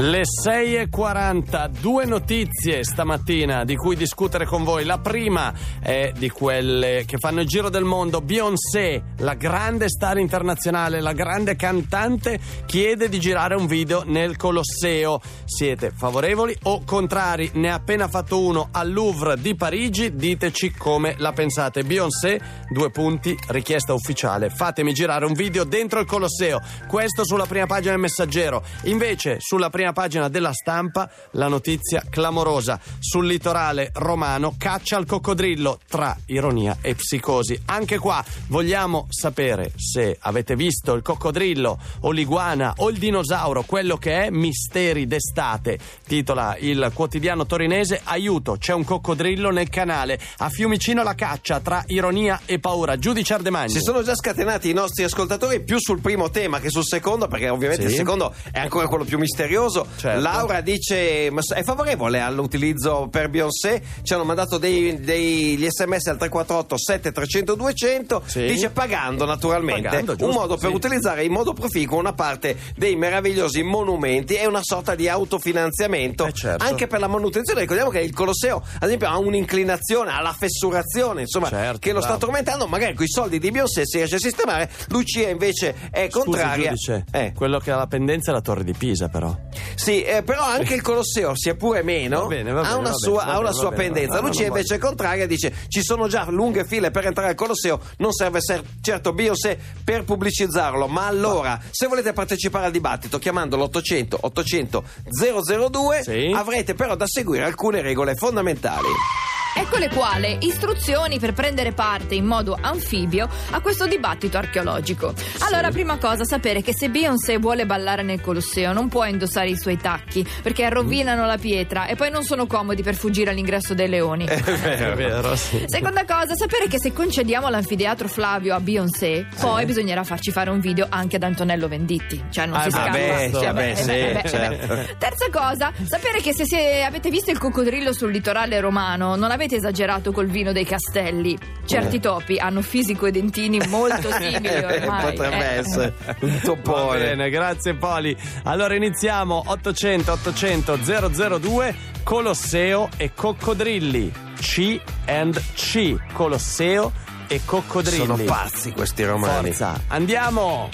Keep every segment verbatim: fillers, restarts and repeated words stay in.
Le sei e quaranta, due notizie stamattina di cui discutere con voi. La prima è di quelle che fanno il giro del mondo. Beyoncé, la grande star internazionale, la grande cantante, chiede di girare un video nel Colosseo. Siete favorevoli o contrari? Ne ha appena fatto uno al Louvre di Parigi, diteci come la pensate. Beyoncé, due punti, richiesta ufficiale. Fatemi girare un video dentro il Colosseo. Questo sulla prima pagina del Messaggero. Invece, sulla prima pagina della Stampa, la notizia clamorosa: sul litorale romano caccia al coccodrillo, tra ironia e psicosi. Anche qua vogliamo sapere se avete visto il coccodrillo o l'iguana o il dinosauro, quello che è. Misteri d'estate, titola il quotidiano torinese. Aiuto, c'è un coccodrillo nel canale. A Fiumicino la caccia, tra ironia e paura. Giudice Ardemagni. Si sono già scatenati i nostri ascoltatori più sul primo tema che sul secondo, perché ovviamente sì, il secondo è ancora quello più misterioso. Certo. Laura dice: ma è favorevole all'utilizzo per Beyoncé? Ci hanno mandato dei, degli sms al tre quattro otto sette tre zero zero due zero zero. Sì. Dice pagando naturalmente, pagando, giusto, un modo per sì. utilizzare in modo proficuo una parte dei meravigliosi monumenti. È una sorta di autofinanziamento, eh certo. anche per la manutenzione. Ricordiamo che il Colosseo ad esempio ha un'inclinazione, ha la fessurazione, insomma, certo, che lo bravo. sta tormentando. Magari con i soldi di Beyoncé si riesce a sistemare. Lucia invece è Scusi, contraria. giudice, eh. quello che ha la pendenza è la Torre di Pisa, però. Sì, eh, però anche il Colosseo, sia pure meno, va bene, va bene, ha una va sua, bene, ha una sua bene, pendenza. Lucia invece è contraria, dice: ci sono già lunghe file per entrare al Colosseo, non serve ser- certo Beyoncé per pubblicizzarlo. Ma allora, se volete partecipare al dibattito chiamando l'ottocento ottocento zero zero due, sì. avrete però da seguire alcune regole fondamentali. Eccole quali istruzioni per prendere parte in modo anfibio a questo dibattito archeologico. Allora, sì. prima cosa, sapere che se Beyoncé vuole ballare nel Colosseo non può indossare i suoi tacchi, perché rovinano la pietra e poi non sono comodi per fuggire all'ingresso dei leoni. È vero, è vero, sì. Seconda cosa, sapere che se concediamo l'anfiteatro Flavio a Beyoncé, sì. poi bisognerà farci fare un video anche ad Antonello Venditti. Cioè non ah, si scappa. Beh, cioè, beh, sì, beh, certo. beh. Terza cosa, sapere che se, se avete visto il coccodrillo sul litorale romano non avete esagerato col vino dei castelli. Certi topi hanno fisico e dentini molto simili ormai. Potrebbe eh. essere un topone. Va bene, grazie Poli. Allora iniziamo. Ottocento ottocento zero zero due. Colosseo e coccodrilli. C and C. Colosseo e coccodrilli. Sono pazzi questi romani. Forza, andiamo.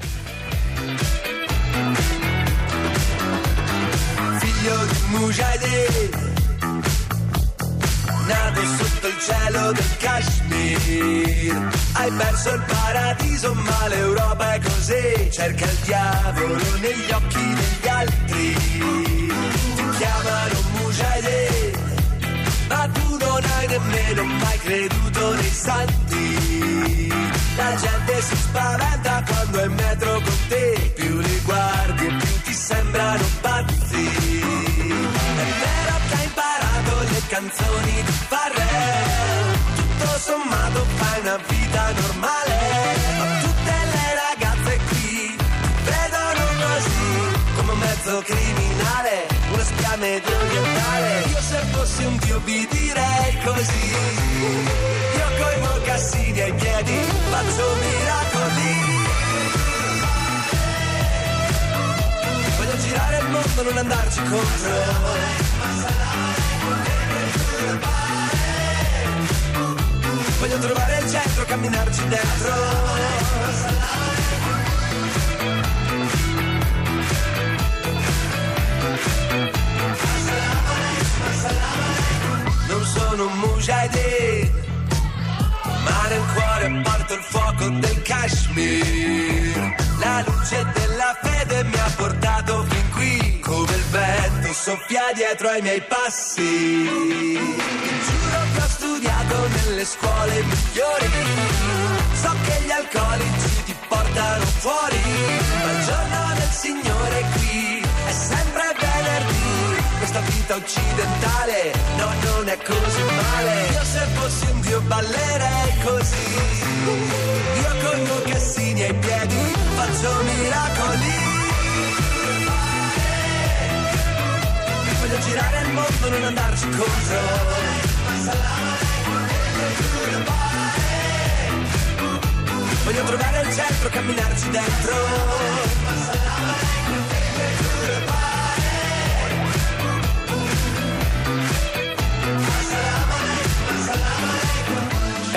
Figlio di Mujahideen, nato sotto il cielo del Kashmir, hai perso il paradiso ma l'Europa è così, cerca il diavolo negli occhi degli altri, ti chiamano Mujahideen, ma tu non hai nemmeno mai creduto nei santi, la gente si spaventa quando è in metro con te, più li guardi e più ti sembrano pazzi, è vero che hai imparato le canzoni di Pharrell, tutto sommato fai una vita normale, ma tutte le ragazze qui vedono così, come un mezzo criminale, una spia medio orientale. Io se fossi un dio vi direi così, io coi mocassini ai piedi faccio miracoli, voglio girare il mondo, non andarci contro, voglio trovare il centro, camminarci dentro. Non sono un mujahideen, ma nel cuore porto il fuoco del Kashmir. La luce della fede mi ha portato fin qui, come il vento soffia dietro ai miei passi. Giuro che ho studiato nelle scuole migliori, so che gli alcolici ti portano fuori, ma il giorno del Signore qui è sempre venerdì, questa vita occidentale no, non è così male, io se fossi un dio ballerei così, io con i mocassini ai piedi faccio miracoli, voglio girare il mondo, non andarci contro, voglio trovare il centro, camminarci dentro,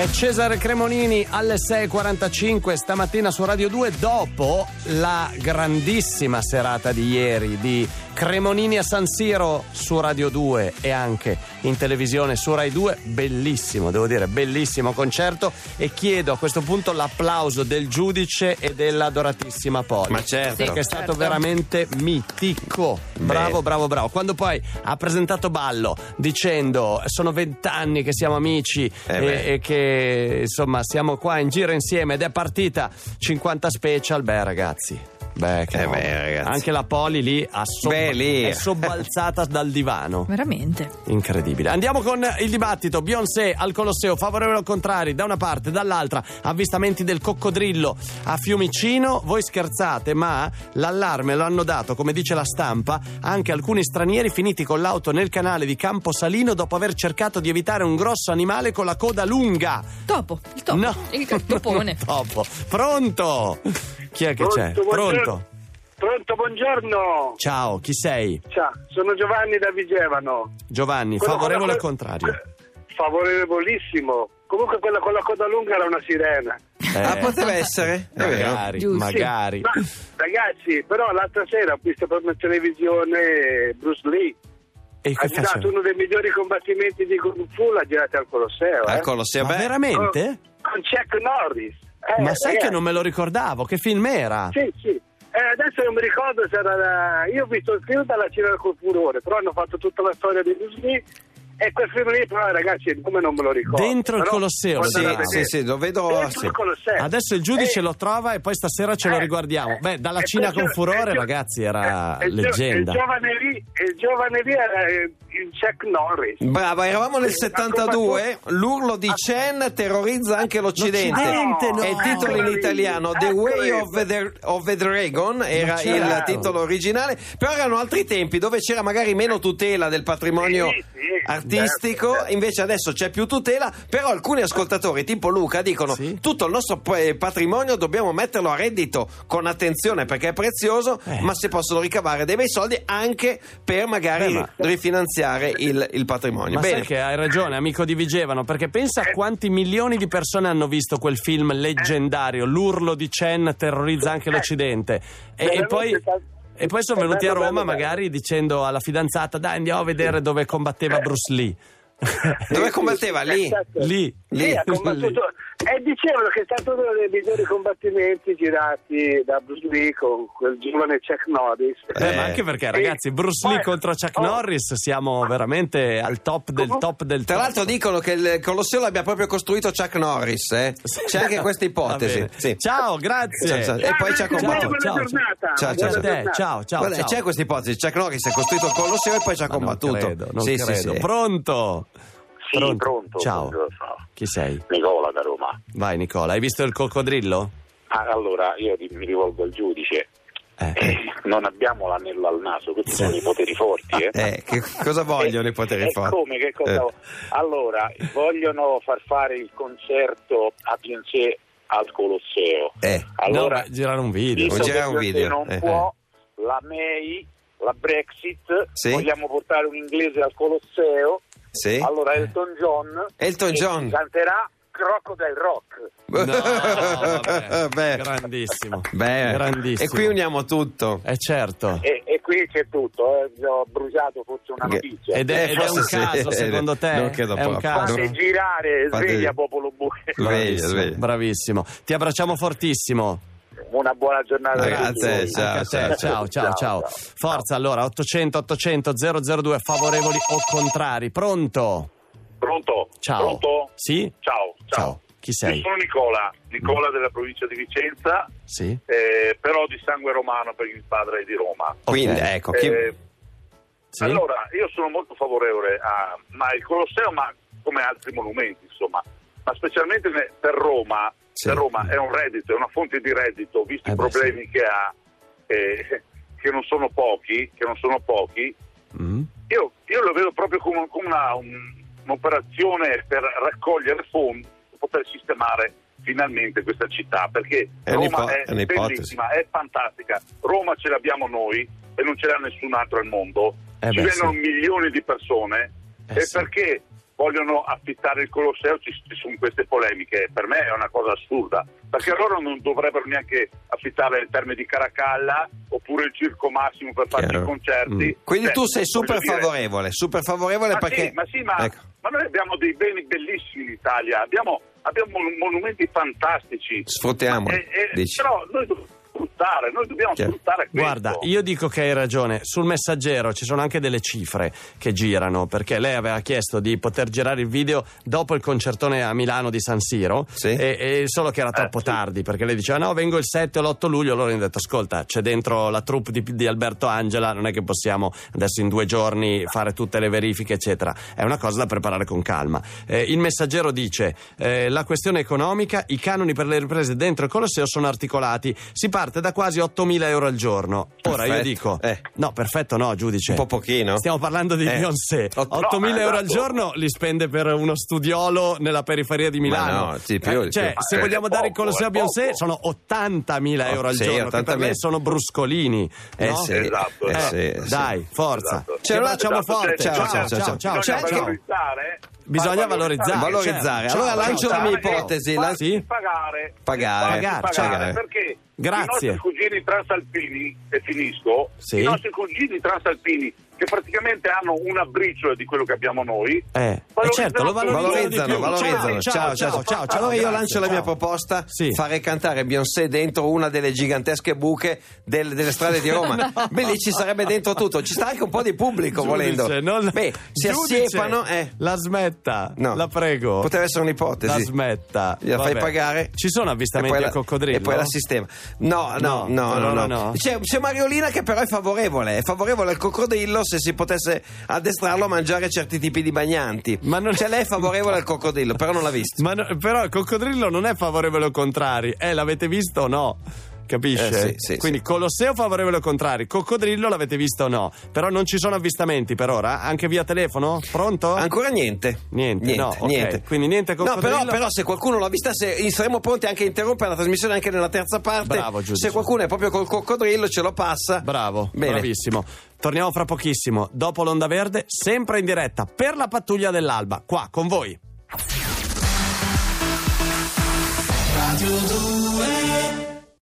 È Cesare Cremonini alle sei e quarantacinque stamattina su Radio due, dopo la grandissima serata di ieri di Cremonini a San Siro su Radio due e anche in televisione su Rai due. Bellissimo, devo dire, bellissimo concerto, e chiedo a questo punto l'applauso del giudice e dell'adoratissima Poli. Ma certo, perché è stato certo. veramente mitico. Bravo, Beh. bravo, bravo. Quando poi ha presentato Ballo dicendo sono vent'anni che siamo amici Eh e, beh. e che insomma siamo qua in giro insieme ed è partita cinquanta special, beh ragazzi, beh, che Eh roba. beh, ragazzi. Anche la Poli lì, ha sob- Beh, lì. è sobbalzata dal divano. Veramente. Incredibile. Andiamo con il dibattito. Beyoncé al Colosseo, favorevole o contrari, da una parte, dall'altra avvistamenti del coccodrillo a Fiumicino. Voi scherzate, ma l'allarme lo hanno dato, come dice la stampa, anche alcuni stranieri finiti con l'auto nel canale di Camposalino dopo aver cercato di evitare un grosso animale con la coda lunga. Topo, il topo, No, il topone. Topo. Pronto? Chi è che c'è? Pronto, buongiorno. Pronto? Pronto, buongiorno. Ciao, chi sei? Ciao, sono Giovanni da Vigevano. Giovanni, Quello favorevole o con la- contrario? Favorevolissimo. Comunque quella con la coda lunga era una sirena. Eh, Ah, poteva essere? È vero. magari, Giusto. magari. Ma ragazzi, però l'altra sera ho visto proprio in televisione Bruce Lee. E Ha che girato faceva? uno dei migliori combattimenti di Kung Fu, l'ha girato al Colosseo. Al eh. Colosseo, Ma beh. veramente? Con Chuck Norris. Eh, Ma sai ragazzi. che non me lo ricordavo? Che film era? Sì, sì. Eh, adesso non mi ricordo se era la... Io ho visto il film dalla Cina col Furore, però hanno fatto tutta la storia di Bruce Lee. E quel film lì, però, ragazzi, il nome non me lo ricordo. Dentro il Però, Colosseo, lo guardate Sì, Bravo. a sì, vedere. sì, lo vedo. Dentro Sì. il Colosseo. Adesso il giudice Eh, lo trova e poi stasera ce lo eh, riguardiamo. Beh, dalla e Cina poi con c'è- furore, e il- ragazzi, era e il gio- leggenda. Il giovane lì, il giovane lì era eh, il Chuck Norris. Brava, eravamo nel Sì, settantadue, l'urlo di Chen terrorizza anche l'Occidente. L'Occidente, no. E il titolo in Eccolo lì, italiano The eccolo Way lì. of the, of the Dragon era certo. il titolo originale, però erano altri tempi dove c'era magari meno tutela del patrimonio Sì, sì, artistico, certo, certo. invece adesso c'è più tutela, però alcuni ascoltatori tipo Luca dicono Sì. tutto il nostro p- patrimonio dobbiamo metterlo a reddito con attenzione perché è prezioso, Eh. ma si possono ricavare dei bei soldi anche per magari Beh, ma- rifinanziare il, il patrimonio. Ma Bene. sai che hai ragione, amico di Vigevano, perché pensa a quanti milioni di persone hanno visto quel film leggendario, L'urlo di Chen terrorizza anche l'Occidente. E, e Veramente poi... sta- E poi sono è venuti a bello, Roma bello, magari dicendo alla fidanzata dai andiamo a vedere dove combatteva Bruce Lee. Dove combatteva? Lì? Esatto. Lì. Sì, ha combattuto. E dicevano che è stato uno dei migliori combattimenti girati da Bruce Lee con quel giovane Chuck Norris. Eh, Eh. ma anche perché Sì. ragazzi Bruce Lee Poi- contro Chuck oh. Norris siamo veramente al top del top del Tra top. l'altro dicono che il Colosseo l'abbia proprio costruito Chuck Norris, eh? C'è anche questa Va ipotesi. bene. Sì. Ciao, grazie. Ciao, ciao. E poi ci ha Ciao, combattuto. buona Ciao, ciao. giornata. Ciao, buona ciao. Te, giornata. ciao, ciao, Guarda, ciao. c'è questa ipotesi, Chuck Norris ha costruito il Colosseo e poi ci ha Ma non combattuto. credo, non sì, credo. sì, sì. Pronto? Sì, pronto. Ciao. Buongiorno. Chi sei? Nicola da Roma. Vai Nicola, hai visto il coccodrillo? Ah, allora, io ti- mi rivolgo al giudice. Eh. Eh, non abbiamo l'anello al naso, questi Sì. sono i poteri forti, eh? Eh, che cosa vogliono i poteri E forti? come? Che cosa? Eh. Allora, vogliono far fare il concerto a Beyoncé al Colosseo. Eh. Allora, No, beh, girare un video. visto Non che girare un Beyoncé video, non eh. può, la May, la Brexit, Sì. vogliamo portare un inglese al Colosseo. Sì. Allora Elton John, Elton che John. canterà Crocodile Rock. No, vabbè. Beh. Grandissimo. Beh, Grandissimo. e qui uniamo tutto. Eh certo. E, e qui c'è tutto, eh. Vi ho bruciato forse una Che- notizia. Ed è, ed è un forse sì. caso secondo te? Non credo È un proprio. caso? Fate girare, Fate- sveglia popolo buio. Sveglia, Bravissimo, sveglia. bravissimo. Ti abbracciamo fortissimo. Una buona giornata a Grazie, tutti. ciao, Anche a te. Ciao, ciao, ciao. Forza allora, ottocento ottocento zero zero due, favorevoli o contrari. Pronto? Pronto? Ciao. Pronto? Sì? Ciao, ciao. Ciao. Chi Io sei? sono Nicola, Nicola della provincia di Vicenza, Sì? eh, però di sangue romano perché il padre è di Roma. Quindi, Ok. ecco, chi... Eh, Sì? Allora, io sono molto favorevole a ma il Colosseo, ma come altri monumenti, insomma, ma specialmente ne- per Roma, Sì. per Roma è un reddito, è una fonte di reddito, visti Eh i beh, problemi che ha, eh, che non sono pochi, che non sono pochi. Mm? Io, io lo vedo proprio come, come una, un- un'operazione per raccogliere fondi per poter sistemare finalmente questa città, perché È Roma un'ipo- è, è un'ipotesi. bellissima, è fantastica. Roma ce l'abbiamo noi e non ce l'ha nessun altro al mondo. Eh Ci beh, vengono sì. milioni di persone Eh e sì. perché vogliono affittare il Colosseo ci, ci sono queste polemiche. Per me è una cosa assurda, perché loro non dovrebbero neanche affittare il Terme di Caracalla oppure il Circo Massimo per fare i concerti. Mm. Quindi Beh, tu sei super dire... favorevole, super favorevole ma perché... Sì, ma sì, ma, ecco. ma noi abbiamo dei beni bellissimi in Italia, abbiamo, abbiamo monumenti fantastici. Sfruttiamoli, Eh, eh, dici. però noi dobbiamo sfruttare, noi dobbiamo Chiaro. sfruttare questo. Guarda, io dico che hai ragione. Sul Messaggero ci sono anche delle cifre che girano, perché lei aveva chiesto di poter girare il video dopo il concertone a Milano di San Siro, Sì. e, e solo che era troppo Eh, sì. tardi, perché lei diceva no, vengo il sette o l'otto luglio. Loro hanno detto ascolta, c'è dentro la troupe di, di Alberto Angela, non è che possiamo adesso in due giorni fare tutte le verifiche eccetera, è una cosa da preparare con calma. Eh, il Messaggero dice eh, la questione economica, i canoni per le riprese dentro il Colosseo sono articolati, si parte da quasi ottomila euro al giorno. Ora io Perfetto. dico Eh. no, perfetto no, giudice, Un po' pochino. stiamo parlando di Eh. Beyoncé. Ot- ottomila no, euro al esatto. giorno li spende per uno studiolo nella periferia di Milano. no, sì, più, Eh, cioè, più. se Eh, vogliamo è dare il poco, Colosseo a è Beyoncé poco. sono ottantamila euro al sì, giorno, che per ottantamila. me sono bruscolini. Eh no? sì, Esatto, eh Eh, sì, sì. dai, forza. Esatto. Ci abbracciamo Esatto, forte. ciao, Ciao, ciao, ciao, ciao, ciao, Bisogna ciao. valorizzare. Bisogna valorizzare. Valorizzare. Ciao, Allora ciao, lancio ciao. la mia Ciao. ipotesi. Ma lan- Sì? Pagare. Pagare. Pagare, Pagare. Perché Grazie. i nostri cugini transalpini, e finisco, Sì. i nostri cugini transalpini che praticamente hanno una briciola di quello che abbiamo noi, Eh, eh certo, lo valorizzano, Valorizzano, di più. valorizzano. Ciao, ciao, ciao, ciao. Allora io Grazie, lancio la ciao. mia proposta: Sì. fare cantare Beyoncé dentro una delle gigantesche buche del- delle strade di Roma. Beh, lì ci sarebbe dentro tutto. Ci sta anche un po' di pubblico volendo. Giudice, non- Beh, si Giudice, assiepano. Eh. La smetta, No. la prego. Poteva essere un'ipotesi. La smetta. Gliela fai Vabbè. pagare. Ci sono E avvistamenti poi a la- coccodrillo? E poi la sistema. No, no, No, no, per no. ora no. no. C'è, c'è Mariolina che però è favorevole. È favorevole al coccodrillo se si potesse addestrarlo a mangiare certi tipi di bagnanti. Ma non- Cioè, lei è favorevole al coccodrillo, però non l'ha visto. Ma no- però il coccodrillo non è favorevole o contrario. Eh, l'avete visto o no? Capisce? Eh, sì, sì, Quindi sì. Colosseo favorevole o contrario, coccodrillo l'avete visto o no? Però non ci sono avvistamenti per ora? Anche via telefono? Pronto? Ancora niente. Niente, niente, no, ok. niente. Quindi niente No, coccodrillo. però, però se qualcuno lo avvistasse saremmo pronti anche a interrompere la trasmissione anche nella terza parte. Bravo, giudice. Se qualcuno è proprio col coccodrillo ce lo passa. Bravo, Bene. bravissimo. Torniamo fra pochissimo, dopo l'Onda Verde, sempre in diretta per la pattuglia dell'Alba, qua con voi. Radio due